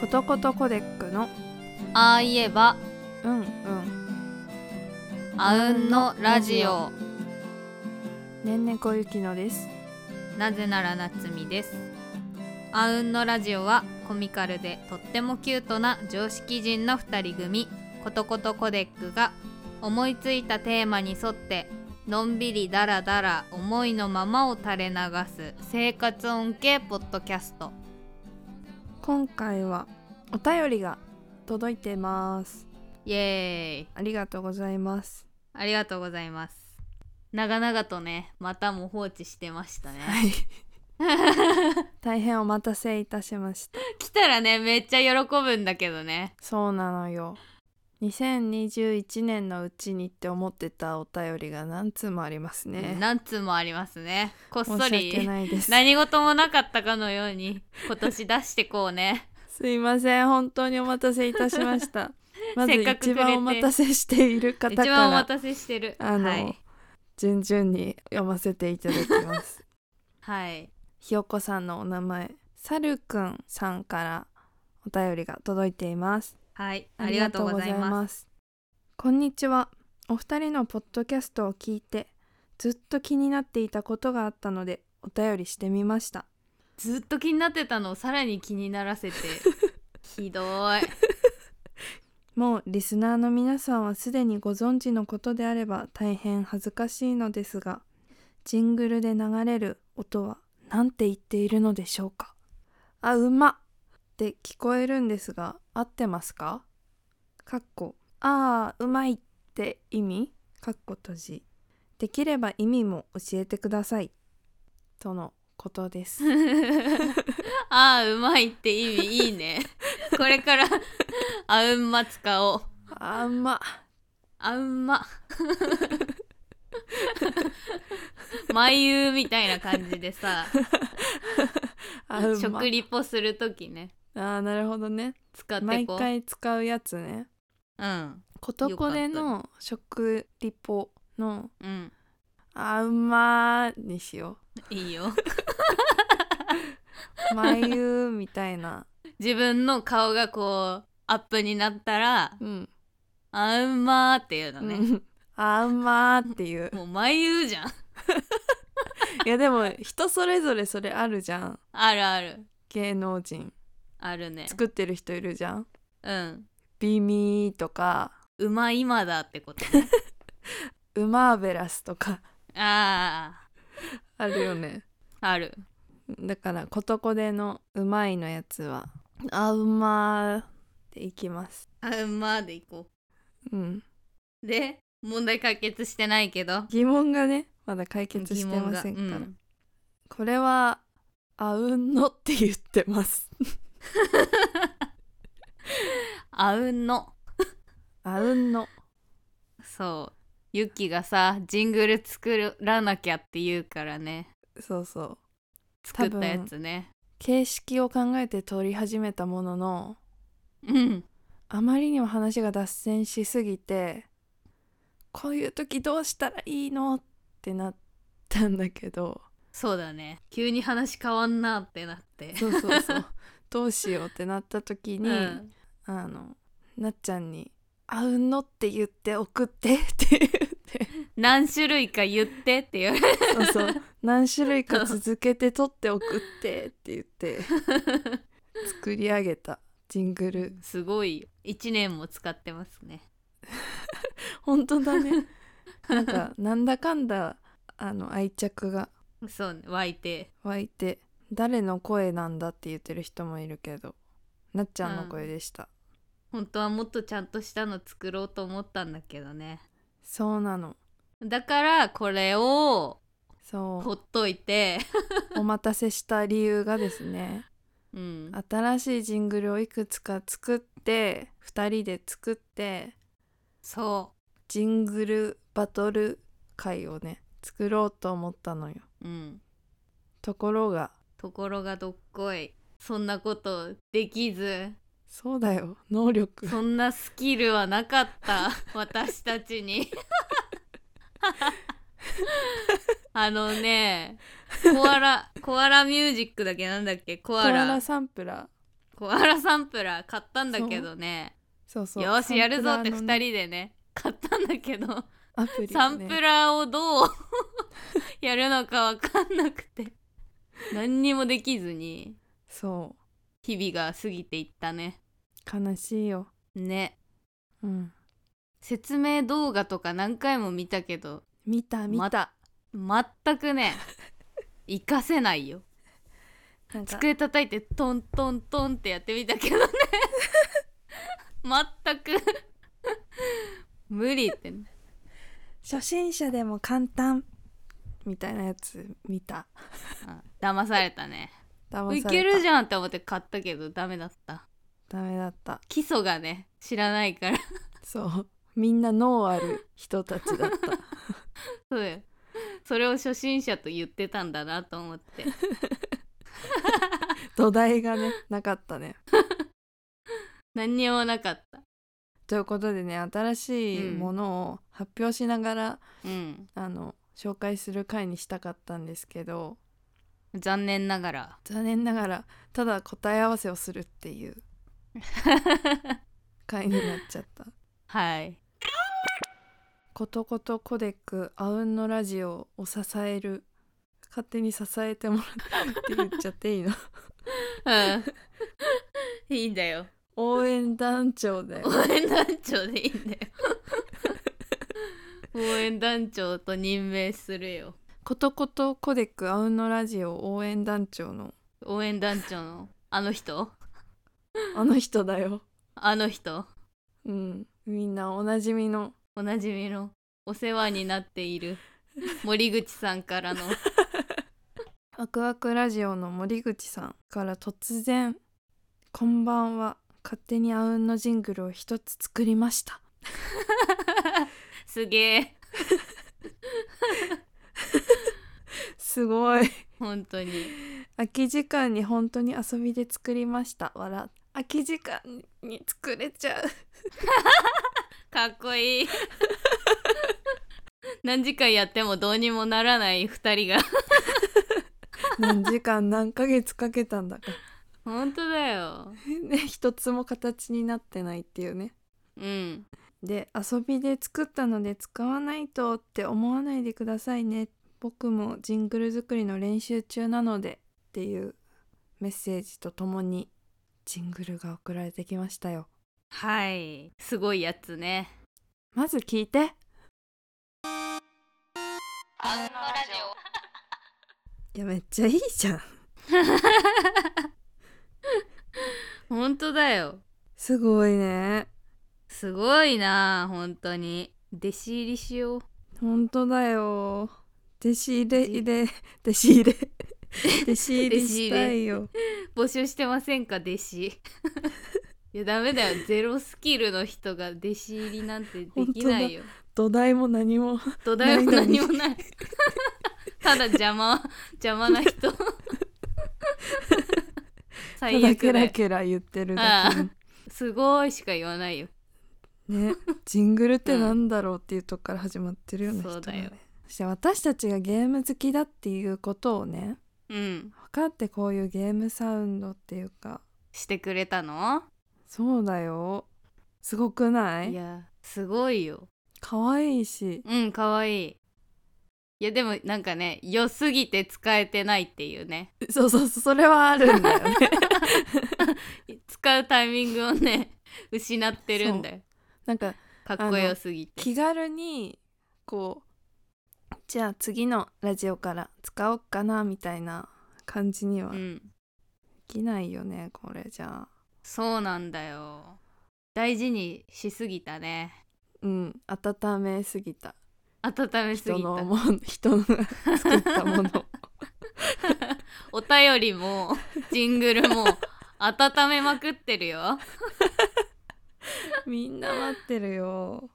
ことことコデックのああ言えばうんあうんのラジオ。 ねんねこゆきのです。 なぜならなつみです。あうんのラジオはコミカルでとってもキュートな常識人の2人組ことことコデックが思いついたテーマに沿ってのんびりだらだら思いのままを垂れ流す生活音系ポッドキャスト。 今回はお便りが届いてます。 イエーイ、 ありがとうございます。 ありがとうございます。長々とね、またも放置してましたね。 はい大変お待たせいたしました。 来たらね、めっちゃ喜ぶんだけどね。 そうなのよ。2021年のうちにって思ってたお便りが何通もありますね。 何通もありますね。こっそ申し訳りないです何事もなかったかのように今年出してこうね。 すいません、本当にお待たせいたしましたまずせっかくくれて一番お待たせしている方か一番おら待たせしてる。はい、 順々に読ませていただきますはい、 ひよこさんのお名前、さるくんさんからお便りが届いています。 はい、ありがとうございます。 こんにちは。お二人のポッドキャストを聞いてずっと気になっていたことがあったのでお便りしてみました。 ずっと気になってたのをさらに気にならせてひどい。 もうリスナーの皆さんはすでにご存知のことであれば大変恥ずかしいのですが、ジングルで流れる音は何て言っているのでしょうか。あ、うまって聞こえるんですが合ってますか？あーうまいって意味？閉じ。できれば意味も教えてくださいとのことですあーうまいって意味いいね。これからあうんま使おう。 あんまあうんま眉みたいな感じでさあうんま食リポするときね、 なるほどね。 使って毎こう。 回使うやつね。 うんことこでの食リポのうん、 あうまーにしよいいよう眉みたいな自分の顔がこうアップになったらうんあうんまーっていうのね、 うんあうまーっていうもう眉じゃんいやでも人それぞれそれあるじゃん。 あるある芸能人あるね。 作ってる人いるじゃん。 うんビミーとかうま今だってことねウマーベラスとかああるよね。 ある。 だからことこでのうまいのやつはあうまーっていきます。 あうんまーでいこうんう。で問題解決してないけど疑問がねまだ解決してませんから、 うん、 これはあうんのって言ってますあうんのあうんのそうユッキがさジングル作らなきゃって言うからね、 そうそう作ったやつね。 形式を考えて撮り始めたもののうんあまりにも話が脱線しすぎてこういう時どうしたらいいのってなったんだけど、 そうだね、急に話変わんなってなってそうどうしようってなった時に、なっちゃんにあうんのって言って送ってって言って何種類か言ってって言われてそう何種類か続けて撮って送ってって言って作り上げたジングル。 すごい1年も使ってますね本当だねなんだかんだ愛着がそうね、湧いて湧いて、誰の声なんだって言ってる人もいるけどなっちゃんの声でした、 本当はもっとちゃんとしたの作ろうと思ったんだけどね。 そうなの。 だからこれをそうほっといてお待たせした理由がですねうん、 新しいジングルをいくつか作って2人で作ってそうジングルバトル会をね作ろうと思ったのよ。 うん、 ところがどっこい、そんなことできず、 そうだよ、能力そんなスキルはなかった私たちにコアラミュージックだっけ、なんだっけ、コアラサンプラーコアラサンプラー買ったんだけどね。 そうそう、 よしやるぞって2 サンプラーのね人でね買ったんだけど、 アプリサンをねプラーをどうやるのかわかんなくて何にもできずにそ日々が過ぎていったね。 う悲しいよ。 ね、 うん説明動画とか何回も見たけど見た全くね活かせないよ。 なんか机叩いてトントントンってやってみたけどね全く無理ってね。 初心者でも簡単みたいなやつ見た。 騙されたね。 騙された。 いけるじゃんって思って買ったけどダメだった。 ダメだった。 基礎がね知らないからそうみんな脳ある人たちだったそうよ、それを初心者と言ってたんだなと思って土台がねなかったね何にもなかった。 ということでね、新しいものを発表しながら、紹介する回にしたかったんですけど、 残念ながらただ答え合わせをするっていう回になっちゃったはい。 ことことコデックあうんのラジオを支える、勝手に支えてもらって言っちゃっていいのいいんだよ。 応援団長だよ。 応援団長でいいんだよ応援団長と任命するよ。 ことことコデックあうんのラジオ応援団長の応援団長のあの人あの人だよ。 あの人、 みんなおなじみのお世話になっている森口さんからのワクワクラジオの森口さんから突然、こんばんは、勝手にあうんのジングルを一つ作りましたすげえすごい本当に空き時間に本当に遊びで作りました。空き時間に作れちゃうかっこいい何時間やってもどうにもならない2人が何時間何ヶ月かけたんだか本当だよね、一つも形になってないっていうね。で、遊びで作ったので使わないとって思わないでくださいね、僕もジングル作りの練習中なのでっていうメッセージとともにジングルが送られてきましたよ。 はい、すごいやつね。 まず聞いて。 あうんのラジオ。いや、めっちゃいいじゃん本当だよ。 すごいね。 すごいな、本当に。弟子入りしよう。 本当だよ。弟子入りしたいよ。 募集してませんか、弟子いやダメだよ、ゼロスキルの人が弟子入りなんてできないよ。 土台も何も土台も何もないただ邪魔な人最悪だよ。 ただケラケラ言ってるだけ。 すごいしか言わないよね。ジングルってなんだろうっていうとこから始まってるような人そうだよ。 そして私たちがゲーム好きだっていうことをね、分かってこういうゲームサウンドっていうかしてくれたの？ そうだよ。すごくない？ いやすごいよ。 かわいいし。 かわいい。いやでもなんかね、良すぎて使えてないっていうね。 そうそれはあるんだよね使うタイミングをね失ってるんだよ。 なんかかっこよすぎて気軽にこう、じゃあ次のラジオから使おうかなみたいな感じにはできないよね、これじゃあ。 そうなんだよ。大事にしすぎたね。 温めすぎた。 温めすぎた。 人の作ったものお便りもジングルも温めまくってるよみんな待ってるよ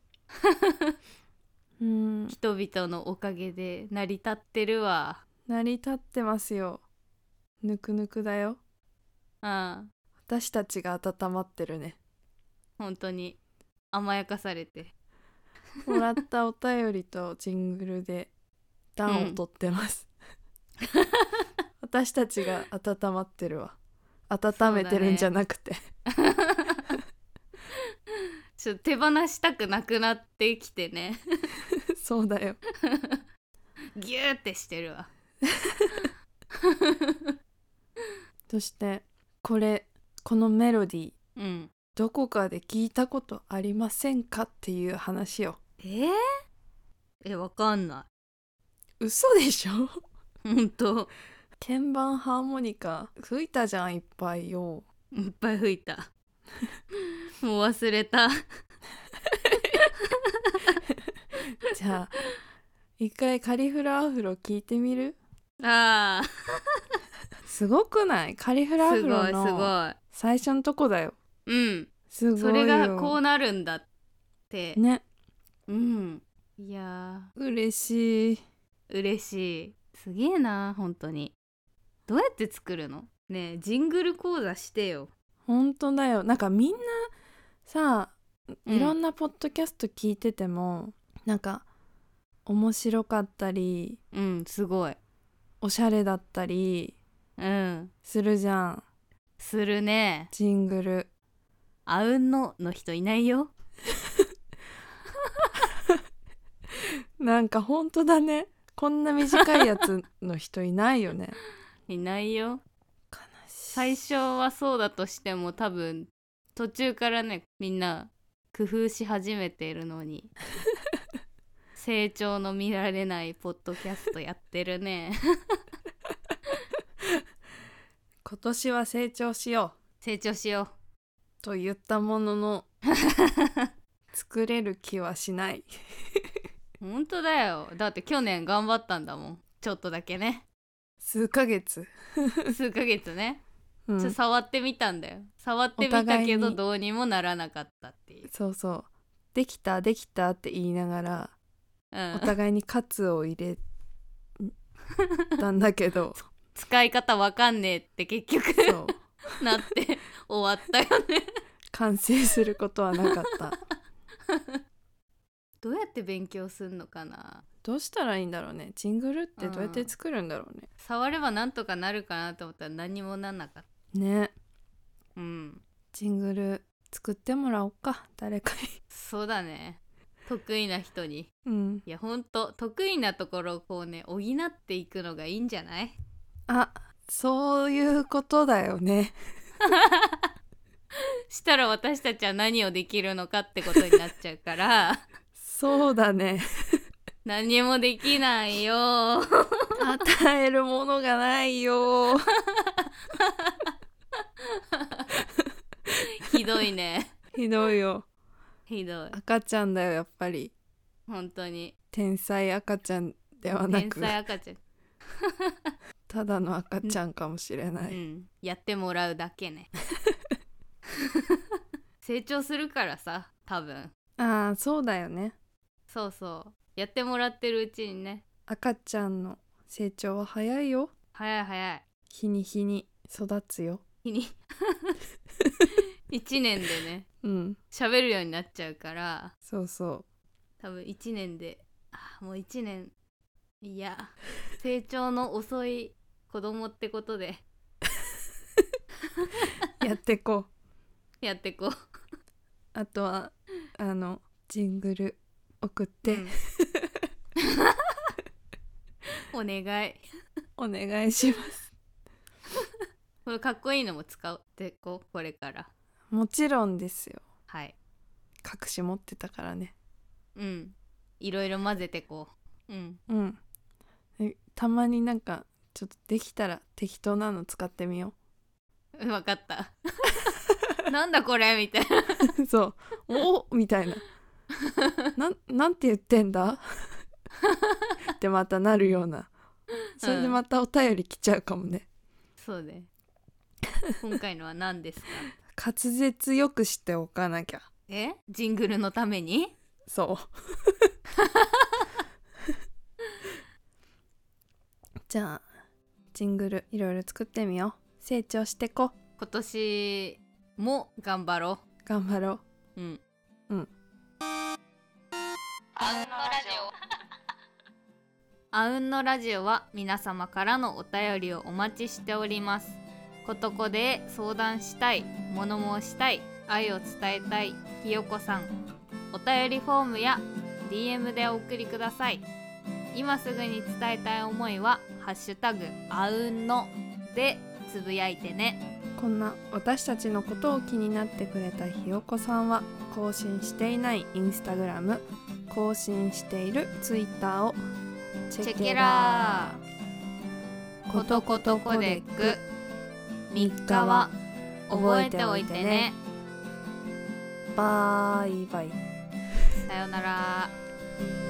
人々のおかげで成り立ってるわ。 成り立ってますよ。ぬくぬくだよ。私たちが温まってるね。 本当に甘やかされてもらったお便りとジングルで暖を取ってます、私たちが温まってるわ。 温めてるんじゃなくて、 ちょっと手放したくなくなってきてねそうだよ。 ギューってしてるわそしてこのメロディーうんどこかで聞いたことありませんかっていう話を。 わかんな嘘でしょ？ いほんと鍵盤ハーモニカ吹いたじゃんいっぱいよ。 いっぱい吹いたもう忘れたじゃあ一回カリフラワーアフロ聞いてみる？ あすごくない？カリフラワーアフロすごのい最初のとこだよ。 うんすごいよ。 それがこうなるんだってね。 うんいや嬉しい。 嬉しいすげえな本当にどうやって作るのねえジングル講座してよ本当だよ。なんかみんなさ、 うんいろんなポッドキャスト聞いてても、なんか面白かったりうんすごいおしゃれだったりうんするじゃん、 するねジングル。 あうんの人いないよなんか本当だね。こんな短いやつの人いないよね。 いないよ悲しい。 最初はそうだとしても多分途中からねみんな工夫し始めているのに成長の見られないポッドキャストやってるね今年は成長しよ成長しようと言ったものの作れる気はしない。 うほんとだよだって去年頑張ったんだもんちょっとだけね数ヶ月、 数ヶ月ねうん、 触ってみたんだよ触ってみたけどお互いにどうにもならなかったっていう、 そうそうできたできたって言いながらうんお互いにカツを入れたんだけど使い方わかんねえって結局そうなって終わったよね完成することはなかった。 どうやって勉強すんのかなどうしたらいいんだろうね。ジングルってどうやって作るんだろうね。 触ればなんとかなるかなと思ったら何もなんなかっね、 たうんジングル作ってもらおうか、誰かそうだね得意な人にに。うんいやほんと得意なところをこうね補っていくのがいいんじゃないあ、そういうことだよね。 したら私たちは何をできるのかってことになっちゃうからそうだね。 何もできないよ与えるものがないよ。 ひどいねひどいよ。 ひどい赤ちゃんだよやっぱり。 本当に天才赤ちゃんではな天く才赤ちゃんただの赤ちゃんかもしれない。 やってもらうだけね成長するからさ多分ああ、そうだよね。 そうそうやってもらってるうちにね赤ちゃんの成長は早いよ。 早い早い日に日に育つよ。 日に1年でねうん、 喋るようになっちゃうからそうそ多分1年でもう1年いや成長の遅い子供ってことでう。やってこう。 やってこうあとはジングル送って、 お願いお願いします。 これかっこいいのも使ってこうこれからもちろんですよ。 はい隠し持ってたからね。 いろいろ混ぜてこううん。たまになんかちょっとできたら適当なの使ってみよ分かったなんだこれみたいなう。そうおみたいななんて言ってんだってまたなるような。それでまたお便り来ちゃうかもね。 そうね今回のは何ですか滑舌よくしておかなきゃ。 ジングルのためにそうじゃあジングルいろいろ作ってみよう。成長してこ。 今年も頑張ろ頑張ろううんあうんのラジオあうんのラジオは皆様からのお便りをお待ちしております。 ことこで相談したい、物申したい、愛を伝えたいひよこさん、お便りフォームや DM でお送りください。今すぐに伝えたい思いはハッシュタグあうんのでつぶやいてね。 こんな私たちのことを気になってくれたひよこさんは、更新していないインスタグラム、更新しているツイッターをチェケラー。 ことことコデック3日は覚えておいてね。 バイバイ。 さよなら。